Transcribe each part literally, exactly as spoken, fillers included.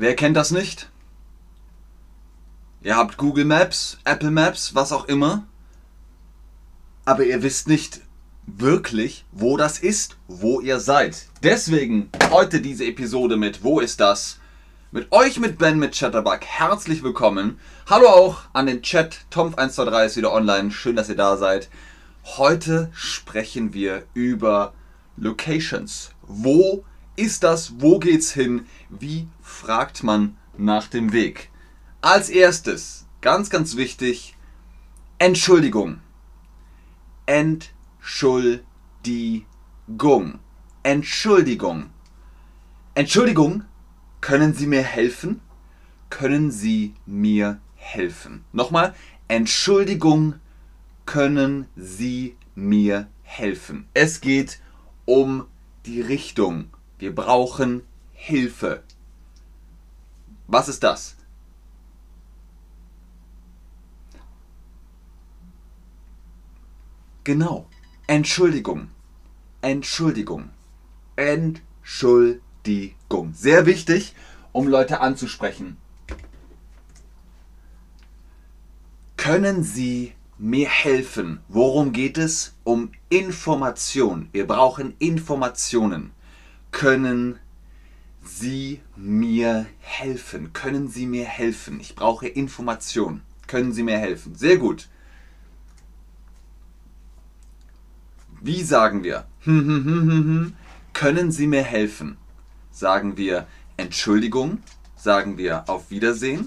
Wer kennt das nicht? Ihr habt Google Maps, Apple Maps, was auch immer, aber ihr wisst nicht wirklich, wo das ist, wo ihr seid. Deswegen heute diese Episode mit Wo ist das? Mit euch, mit Ben, mit Chatterbug. Herzlich willkommen. Hallo auch an den Chat. Tomf eins zwei drei ist wieder online. Schön, dass ihr da seid. Heute sprechen wir über Locations. Wo ist das? Wo geht's hin? Wie fragt man nach dem Weg? Als erstes, ganz, ganz wichtig, Entschuldigung. Entschuldigung. Entschuldigung. Entschuldigung, können Sie mir helfen? Können Sie mir helfen? Nochmal, Entschuldigung, können Sie mir helfen? Es geht um die Richtung. Wir brauchen Hilfe. Was ist das? Genau. Entschuldigung. Entschuldigung. Entschuldigung. Sehr wichtig, um Leute anzusprechen. Können Sie mir helfen? Worum geht es? Um Information. Wir brauchen Informationen. Können Sie mir helfen? Können Sie mir helfen? Ich brauche Information. Können Sie mir helfen? Sehr gut. Wie sagen wir? Hm, hm, hm, hm, hm. Können Sie mir helfen? Sagen wir Entschuldigung? Sagen wir auf Wiedersehen?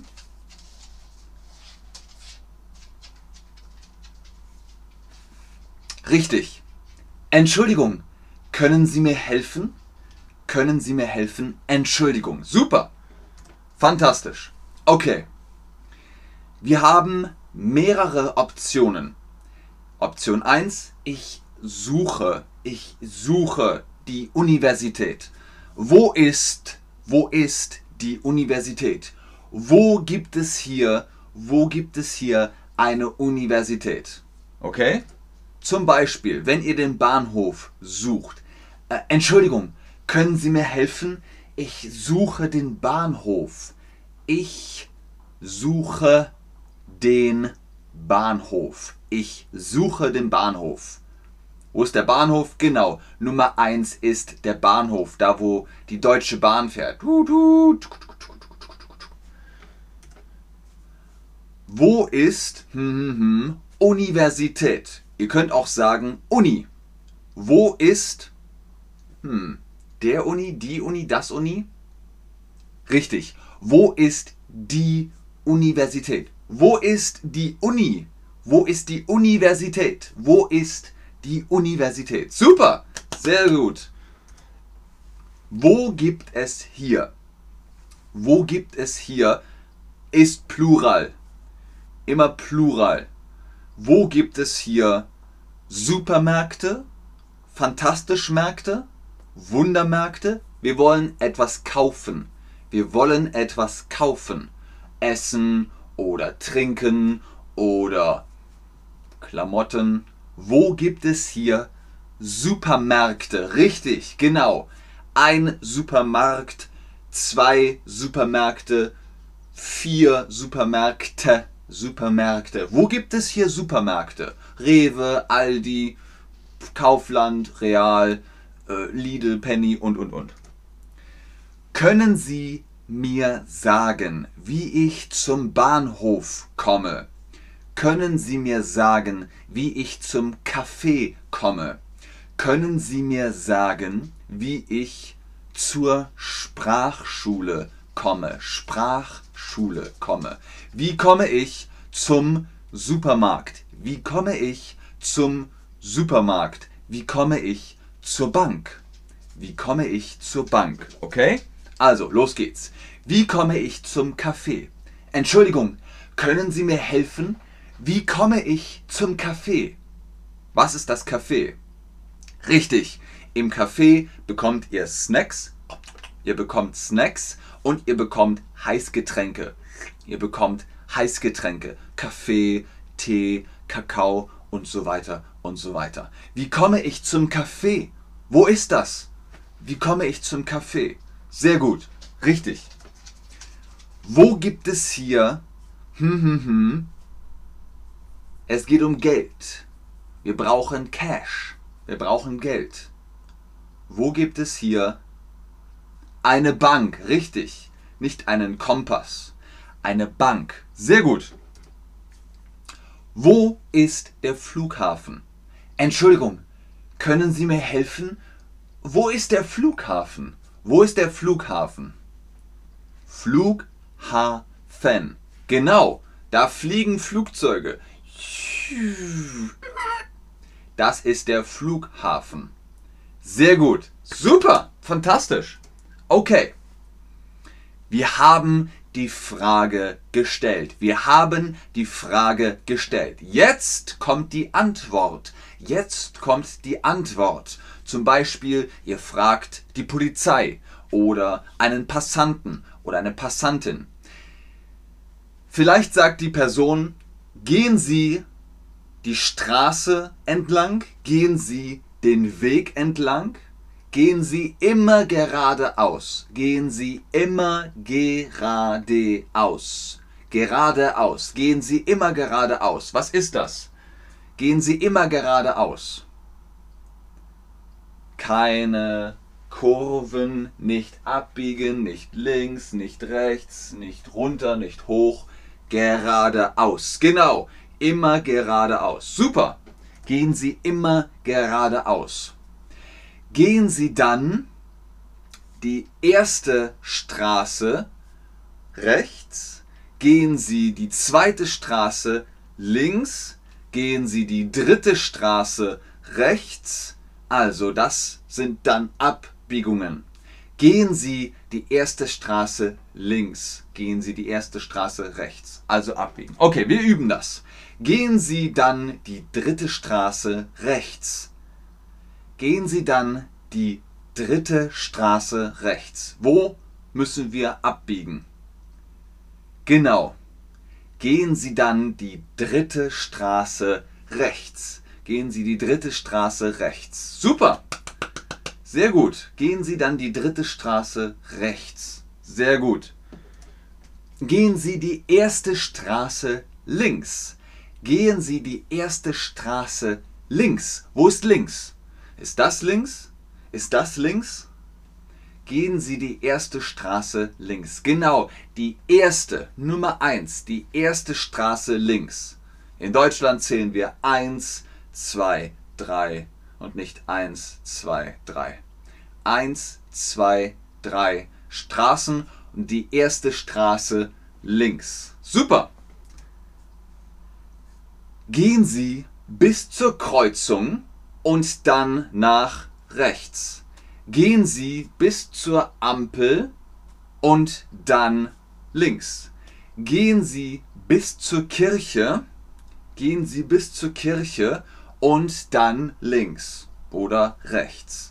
Richtig. Entschuldigung. Können Sie mir helfen? Können Sie mir helfen? Entschuldigung. Super. Fantastisch. Okay. Wir haben mehrere Optionen. Option eins. Ich suche. Ich suche die Universität. Wo ist, wo ist die Universität? Wo gibt es hier, wo gibt es hier eine Universität? Okay? Zum Beispiel, wenn ihr den Bahnhof sucht. Äh, Entschuldigung, können Sie mir helfen? Ich suche den Bahnhof. Ich suche den Bahnhof. Ich suche den Bahnhof. Wo ist der Bahnhof? Genau, Nummer eins ist der Bahnhof, da wo die Deutsche Bahn fährt. Wo ist hm, hm, hm, Universität? Ihr könnt auch sagen Uni. Wo ist hm, der Uni, die Uni, das Uni? Richtig. Wo ist die Universität? Wo ist die Uni? Wo ist die Universität? Wo ist die Universität? Super, sehr gut. Wo gibt es hier? Wo gibt es hier ist Plural. Immer Plural. Wo gibt es hier Supermärkte, Fantastischmärkte, Wundermärkte? Wir wollen etwas kaufen. Wir wollen etwas kaufen. Essen oder trinken oder Klamotten. Wo gibt es hier Supermärkte? Richtig, genau. Ein Supermarkt, zwei Supermärkte, vier Supermärkte. Supermärkte. Wo gibt es hier Supermärkte? Rewe, Aldi, Kaufland, Real, äh, Lidl, Penny und, und, und. Können Sie mir sagen, wie ich zum Bahnhof komme? Können Sie mir sagen, wie ich zum Café komme? Können Sie mir sagen, wie ich zur Sprachschule komme? Sprachschule komme. Wie komme ich zum Supermarkt? Wie komme ich zum Supermarkt? Wie komme ich zur Bank? Wie komme ich zur Bank? Okay? Also, los geht's. Wie komme ich zum Café? Entschuldigung, können Sie mir helfen? Wie komme ich zum Café? Was ist das Café? Richtig, im Café bekommt ihr Snacks, ihr bekommt Snacks und ihr bekommt Heißgetränke. Ihr bekommt Heißgetränke, Kaffee, Tee, Kakao und so weiter und so weiter. Wie komme ich zum Café? Wo ist das? Wie komme ich zum Café? Sehr gut, richtig. Wo gibt es hier? Hm, hm, hm. Es geht um Geld. Wir brauchen Cash. Wir brauchen Geld. Wo gibt es hier eine Bank? Richtig. Nicht einen Kompass. Eine Bank. Sehr gut. Wo ist der Flughafen? Entschuldigung, können Sie mir helfen? Wo ist der Flughafen? Wo ist der Flughafen? Flughafen. Genau, da fliegen Flugzeuge. Das ist der Flughafen. Sehr gut. Super. Fantastisch. Okay. Wir haben die Frage gestellt. Wir haben die Frage gestellt. Jetzt kommt die Antwort. Jetzt kommt die Antwort. Zum Beispiel, ihr fragt die Polizei oder einen Passanten oder eine Passantin. Vielleicht sagt die Person, gehen Sie die Straße entlang, gehen Sie den Weg entlang, gehen Sie immer geradeaus, gehen Sie immer geradeaus, geradeaus, gehen Sie immer geradeaus. Was ist das? Gehen Sie immer geradeaus. Keine Kurven, nicht abbiegen, nicht links, nicht rechts, nicht runter, nicht hoch, geradeaus. Genau, immer geradeaus. Super. Gehen Sie immer geradeaus. Gehen Sie dann die erste Straße rechts, gehen Sie die zweite Straße links, gehen Sie die dritte Straße rechts. Also das sind dann Abbiegungen. Gehen Sie die erste Straße links, gehen Sie die erste Straße rechts. Also abbiegen. Okay, wir üben das. Gehen Sie dann die dritte Straße rechts. Gehen Sie dann die dritte Straße rechts. Wo müssen wir abbiegen? Genau. Gehen Sie dann die dritte Straße rechts. Gehen Sie die dritte Straße rechts. Super. Sehr gut. Gehen Sie dann die dritte Straße rechts. Sehr gut. Gehen Sie die erste Straße links. Gehen Sie die erste Straße links. Wo ist links? Ist das links? Ist das links? Gehen Sie die erste Straße links. Genau, die erste, Nummer eins, die erste Straße links. In Deutschland zählen wir eins, zwei, drei und nicht eins, zwei, drei. eins, zwei, drei Straßen und die erste Straße links. Super! Gehen Sie bis zur Kreuzung und dann nach rechts. Gehen Sie bis zur Ampel und dann links. Gehen Sie bis zur Kirche, gehen Sie bis zur Kirche und dann links oder rechts.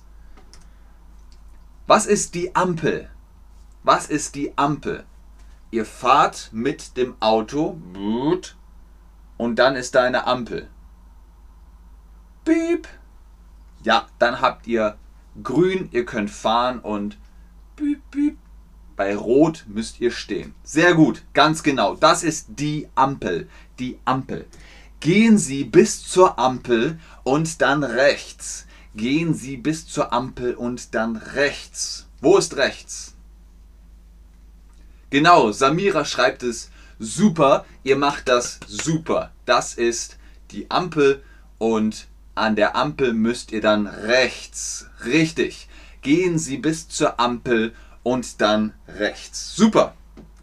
Was ist die Ampel? Was ist die Ampel? Ihr fahrt mit dem Auto und dann ist da eine Ampel. Piep. Ja, dann habt ihr grün, ihr könnt fahren und piep, piep. Bei Rot müsst ihr stehen. Sehr gut, ganz genau. Das ist die Ampel. Die Ampel. Gehen Sie bis zur Ampel und dann rechts. Gehen Sie bis zur Ampel und dann rechts. Wo ist rechts? Genau, Samira schreibt es super. Ihr macht das super. Das ist die Ampel und an der Ampel müsst ihr dann rechts. Richtig. Gehen Sie bis zur Ampel und dann rechts. Super.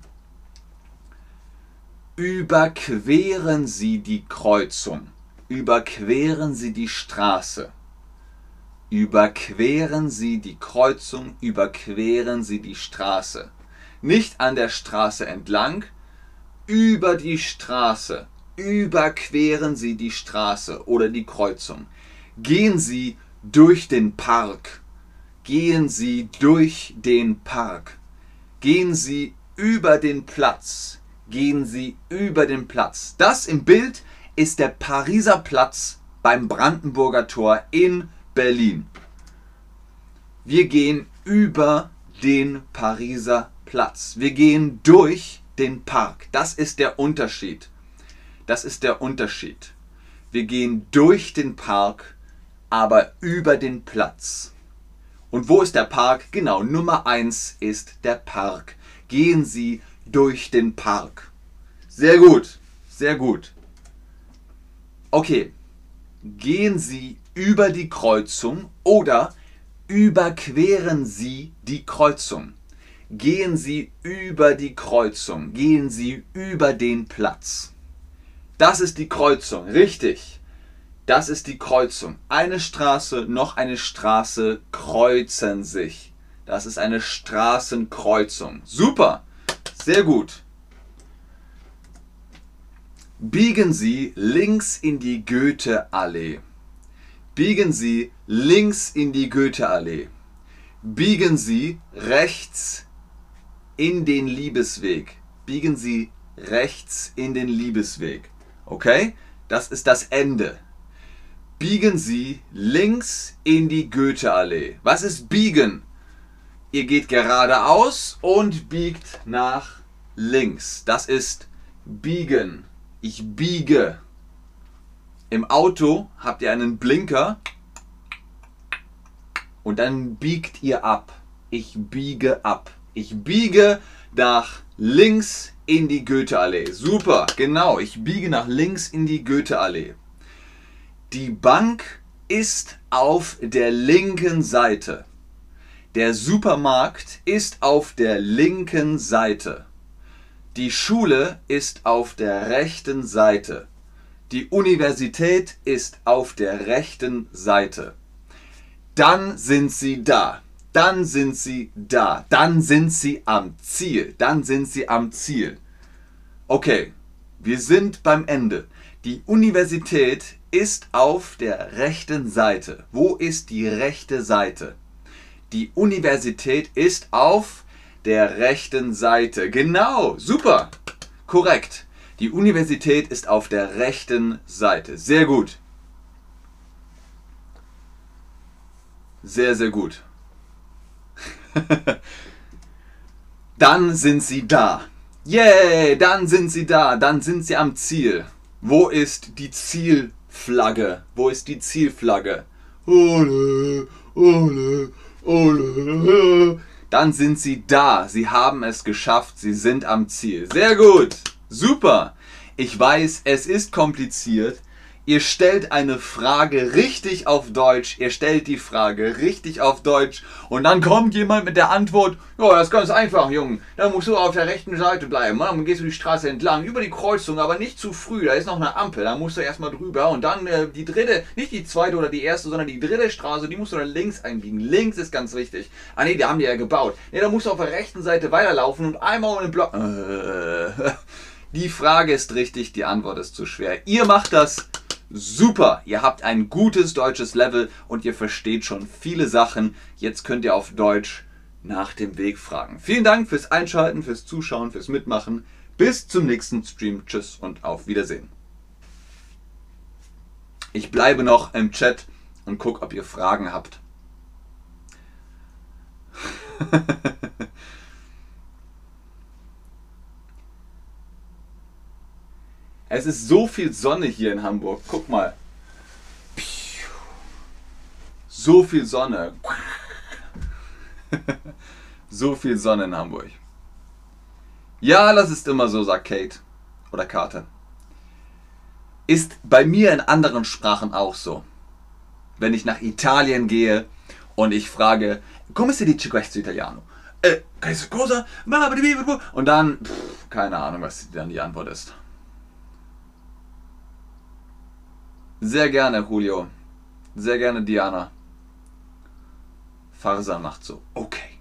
Überqueren Sie die Kreuzung. Überqueren Sie die Straße. Überqueren Sie die Kreuzung. Überqueren Sie die Straße. Nicht an der Straße entlang, über die Straße. Überqueren Sie die Straße oder die Kreuzung. Gehen Sie durch den Park. Gehen Sie durch den Park. Gehen Sie über den Platz. Gehen Sie über den Platz. Das im Bild ist der Pariser Platz beim Brandenburger Tor in Berlin. Wir gehen über den Pariser Platz. Wir gehen durch den Park. Das ist der Unterschied. Das ist der Unterschied. Wir gehen durch den Park, aber über den Platz. Und wo ist der Park? Genau, Nummer eins ist der Park. Gehen Sie durch den Park. Sehr gut, sehr gut. Okay, gehen Sie über die Kreuzung oder überqueren Sie die Kreuzung. Gehen Sie über die Kreuzung, gehen Sie über den Platz. Das ist die Kreuzung, richtig. Das ist die Kreuzung. Eine Straße, noch eine Straße kreuzen sich. Das ist eine Straßenkreuzung. Super, sehr gut. Biegen Sie links in die Goethe-Allee. Biegen Sie links in die Goethe-Allee. Biegen Sie rechts in den Liebesweg. Biegen Sie rechts in den Liebesweg. Okay? Das ist das Ende. Biegen Sie links in die Goethe-Allee. Was ist biegen? Ihr geht geradeaus und biegt nach links. Das ist biegen. Ich biege. Im Auto habt ihr einen Blinker und dann biegt ihr ab. Ich biege ab. Ich biege nach links in die Goethe-Allee. Super, genau. Ich biege nach links in die Goethe-Allee. Die Bank ist auf der linken Seite. Der Supermarkt ist auf der linken Seite. Die Schule ist auf der rechten Seite. Die Universität ist auf der rechten Seite. Dann sind Sie da. Dann sind Sie da. Dann sind Sie am Ziel. Dann sind Sie am Ziel. Okay, wir sind beim Ende. Die Universität ist auf der rechten Seite. Wo ist die rechte Seite? Die Universität ist auf der rechten Seite. Genau, super, korrekt. Die Universität ist auf der rechten Seite. Sehr gut. Sehr, sehr gut. Dann sind Sie da. Yay, dann sind Sie da. Dann sind Sie am Ziel. Wo ist die Zielflagge? Wo ist die Zielflagge? Ole, ole, ole. Dann sind Sie da. Sie haben es geschafft. Sie sind am Ziel. Sehr gut. Super. Ich weiß, es ist kompliziert. Ihr stellt eine Frage richtig auf Deutsch. Ihr stellt die Frage richtig auf Deutsch. Und dann kommt jemand mit der Antwort, ja, das ist ganz einfach, Junge. Da musst du auf der rechten Seite bleiben. Dann gehst du die Straße entlang, über die Kreuzung, aber nicht zu früh. Da ist noch eine Ampel, da musst du erstmal drüber. Und dann äh, die dritte, nicht die zweite oder die erste, sondern die dritte Straße, die musst du dann links einbiegen. Links ist ganz wichtig. Ah nee, die haben die ja gebaut. Nee, da musst du auf der rechten Seite weiterlaufen und einmal um den Block. Äh, die Frage ist richtig, die Antwort ist zu schwer. Ihr macht das super. Ihr habt ein gutes deutsches Level und ihr versteht schon viele Sachen. Jetzt könnt ihr auf Deutsch nach dem Weg fragen. Vielen Dank fürs Einschalten, fürs Zuschauen, fürs Mitmachen. Bis zum nächsten Stream. Tschüss und auf Wiedersehen. Ich bleibe noch im Chat und gucke, ob ihr Fragen habt. Es ist so viel Sonne hier in Hamburg. Guck mal. So viel Sonne. So viel Sonne in Hamburg. Ja, das ist immer so, sagt Kate. Oder Kate. Ist bei mir in anderen Sprachen auch so. Wenn ich nach Italien gehe und ich frage, come si dice questo italiano? Äh, cosa? Und dann, pff, keine Ahnung, was dann die Antwort ist. Sehr gerne, Julio. Sehr gerne, Diana. Farsa macht so. Okay.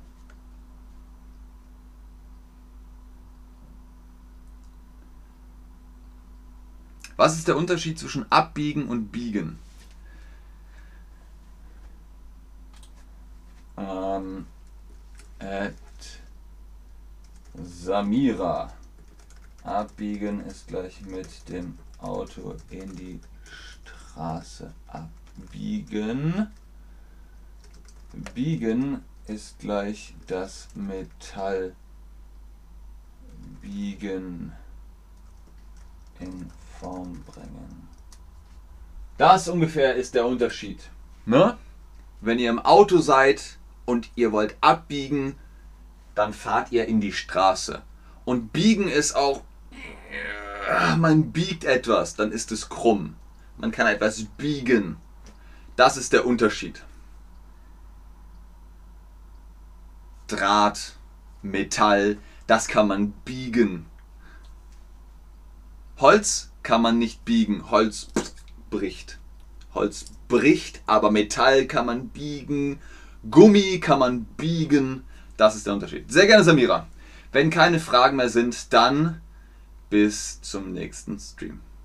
Was ist der Unterschied zwischen abbiegen und biegen? Ähm, at Samira. Abbiegen ist gleich mit dem Auto in die Straße abbiegen. Biegen ist gleich das Metall biegen, in Form bringen. Das ungefähr ist der Unterschied. Ne? Wenn ihr im Auto seid und ihr wollt abbiegen, dann fahrt ihr in die Straße. Und biegen ist auch, man biegt etwas, dann ist es krumm. Man kann etwas biegen. Das ist der Unterschied. Draht, Metall, das kann man biegen. Holz kann man nicht biegen. Holz bricht. Holz bricht, aber Metall kann man biegen. Gummi kann man biegen. Das ist der Unterschied. Sehr gerne, Samira. Wenn keine Fragen mehr sind, dann bis zum nächsten Stream.